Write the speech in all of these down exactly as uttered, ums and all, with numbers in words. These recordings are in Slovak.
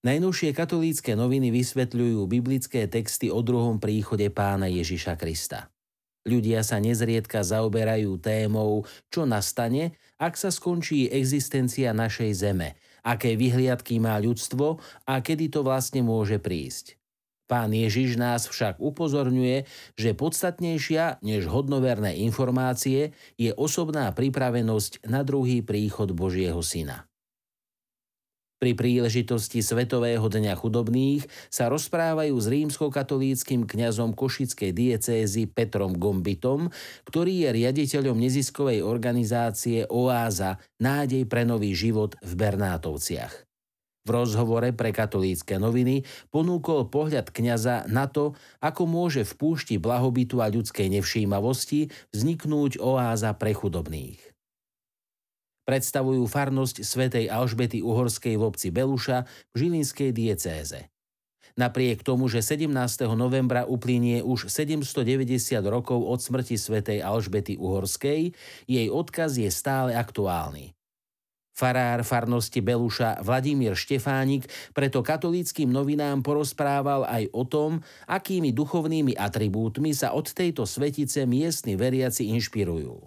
Najnovšie katolícke noviny vysvetľujú biblické texty o druhom príchode Pána Ježiša Krista. Ľudia sa nezriedka zaoberajú témou, čo nastane, ak sa skončí existencia našej zeme, aké vyhliadky má ľudstvo a kedy to vlastne môže prísť. Pán Ježiš nás však upozorňuje, že podstatnejšia než hodnoverné informácie je osobná pripravenosť na druhý príchod Božieho Syna. Pri príležitosti Svetového dňa chudobných sa rozprávajú s rímskokatolíckym kňazom košickej diecézy Petrom Gombitom, ktorý je riaditeľom neziskovej organizácie Oáza Nádej pre nový život v Bernátovciach. V rozhovore pre katolícke noviny ponúkol pohľad kňaza na to, ako môže v púšti blahobytu a ľudskej nevšímavosti vzniknúť oáza pre chudobných. Predstavujú farnosť svätej Alžbety Uhorskej v obci Beluša v žilinskej diecéze. Napriek tomu, že sedemnásteho novembra uplynie už sedemstodeväťdesiat rokov od smrti svätej Alžbety Uhorskej, jej odkaz je stále aktuálny. Farár farnosti Beluša Vladimír Štefánik preto katolíckym novinám porozprával aj o tom, akými duchovnými atribútmi sa od tejto svetice miestni veriaci inšpirujú.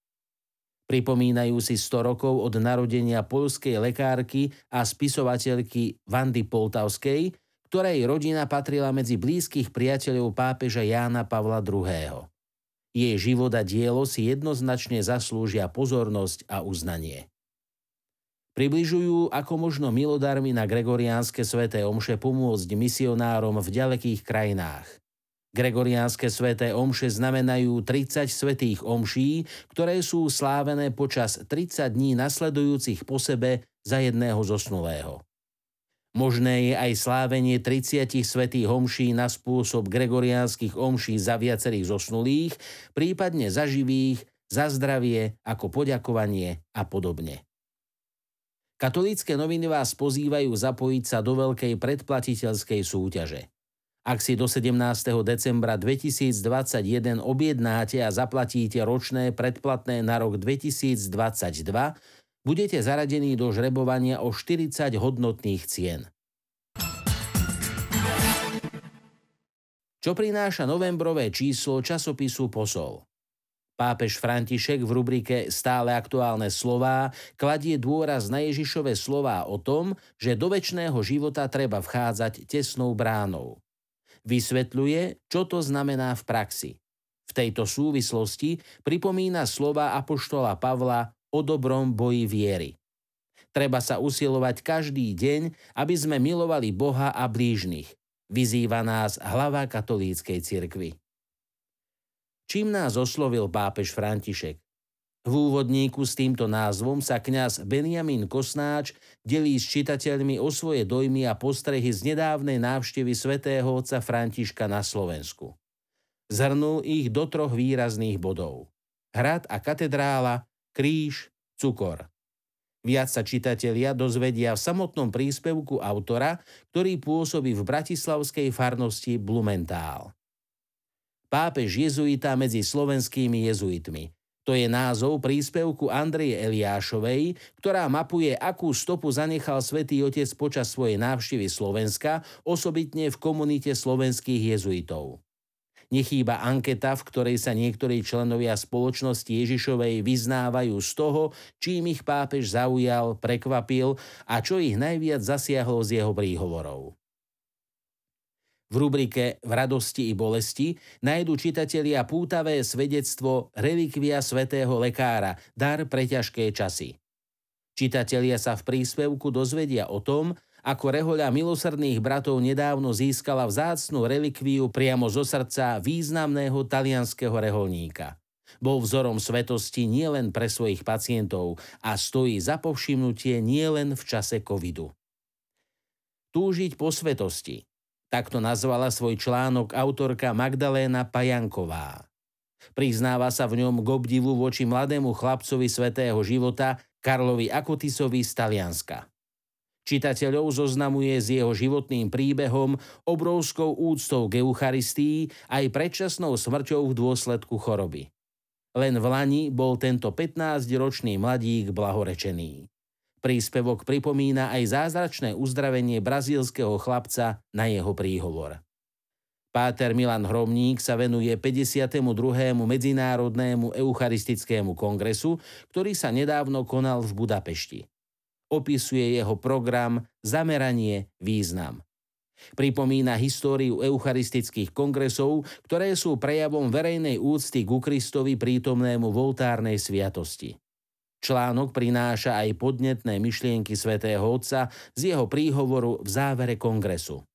Pripomínajú si sto rokov od narodenia poľskej lekárky a spisovateľky Wandy Poltavskej, ktorej rodina patrila medzi blízkych priateľov pápeža Jána Pavla druhého. Jej život a dielo si jednoznačne zaslúžia pozornosť a uznanie. Približujú, ako možno milodármi na gregoriánske sväté omše pomôcť misionárom v ďalekých krajinách. Gregoriánske sväté omše znamenajú tridsať svätých omší, ktoré sú slávené počas tridsať dní nasledujúcich po sebe za jedného zosnulého. Možné je aj slávenie tridsať svätých omší na spôsob gregoriánskych omší za viacerých zosnulých, prípadne za živých, za zdravie, ako poďakovanie a podobne. Katolícke noviny vás pozývajú zapojiť sa do veľkej predplatiteľskej súťaže. Ak si do sedemnásteho decembra dvetisícdvadsaťjeden objednáte a zaplatíte ročné predplatné na rok dvetisícdvadsaťdva, budete zaradení do žrebovania o štyridsať hodnotných cien. Čo prináša novembrové číslo časopisu Posol? Pápež František v rubrike Stále aktuálne slová kladie dôraz na Ježišove slová o tom, že do večného života treba vchádzať tesnou bránou. Vysvetľuje, čo to znamená v praxi. V tejto súvislosti pripomína slova apoštola Pavla o dobrom boji viery. Treba sa usilovať každý deň, aby sme milovali Boha a blížnych. Vyzýva nás hlava katolíckej cirkvi. Čím nás oslovil pápež František? V úvodníku s týmto názvom sa kňaz Benjamín Kosnáč delí s čitateľmi o svoje dojmy a postrehy z nedávnej návštevy svätého otca Františka na Slovensku. Zhrnul ich do troch výrazných bodov. Hrad a katedrála, kríž, cukor. Viac sa čitatelia dozvedia v samotnom príspevku autora, ktorý pôsobí v bratislavskej farnosti Blumentál. Pápež jezuita medzi slovenskými jezuitmi. To je názov príspevku Andreje Eliášovej, ktorá mapuje, akú stopu zanechal Svätý Otec počas svojej návštevy Slovenska, osobitne v komunite slovenských jezuitov. Nechýba anketa, v ktorej sa niektorí členovia spoločnosti Ježišovej vyznávajú z toho, čím ich pápež zaujal, prekvapil a čo ich najviac zasiahlo z jeho príhovorov. V rubrike V radosti i bolesti nájdu čitatelia pútavé svedectvo Relikvia svätého lekára, dar pre ťažké časy. Čitatelia sa v príspevku dozvedia o tom, ako rehoľa milosrdných bratov nedávno získala vzácnu relikviu priamo zo srdca významného talianskeho reholníka. Bol vzorom svetosti nielen pre svojich pacientov a stojí za povšimnutie nielen v čase covidu. Túžiť po svetosti. Takto nazvala svoj článok autorka Magdaléna Pajanková. Priznáva sa v ňom k obdivu voči mladému chlapcovi svätého života Karlovi Akotisovi z Talianska. Čitateľov zoznamuje s jeho životným príbehom, obrovskou úctou k Eucharistii aj predčasnou smrťou v dôsledku choroby. Len v lani bol tento pätnásťročný mladík blahorečený. Príspevok pripomína aj zázračné uzdravenie brazílskeho chlapca na jeho príhovor. Páter Milan Hromník sa venuje päťdesiatemu druhému Medzinárodnému eucharistickému kongresu, ktorý sa nedávno konal v Budapešti. Opisuje jeho program, zameranie, význam. Pripomína históriu eucharistických kongresov, ktoré sú prejavom verejnej úcty ku Kristovi prítomnému v oltárnej sviatosti. Článok prináša aj podnetné myšlienky svätého Otca z jeho príhovoru v závere kongresu.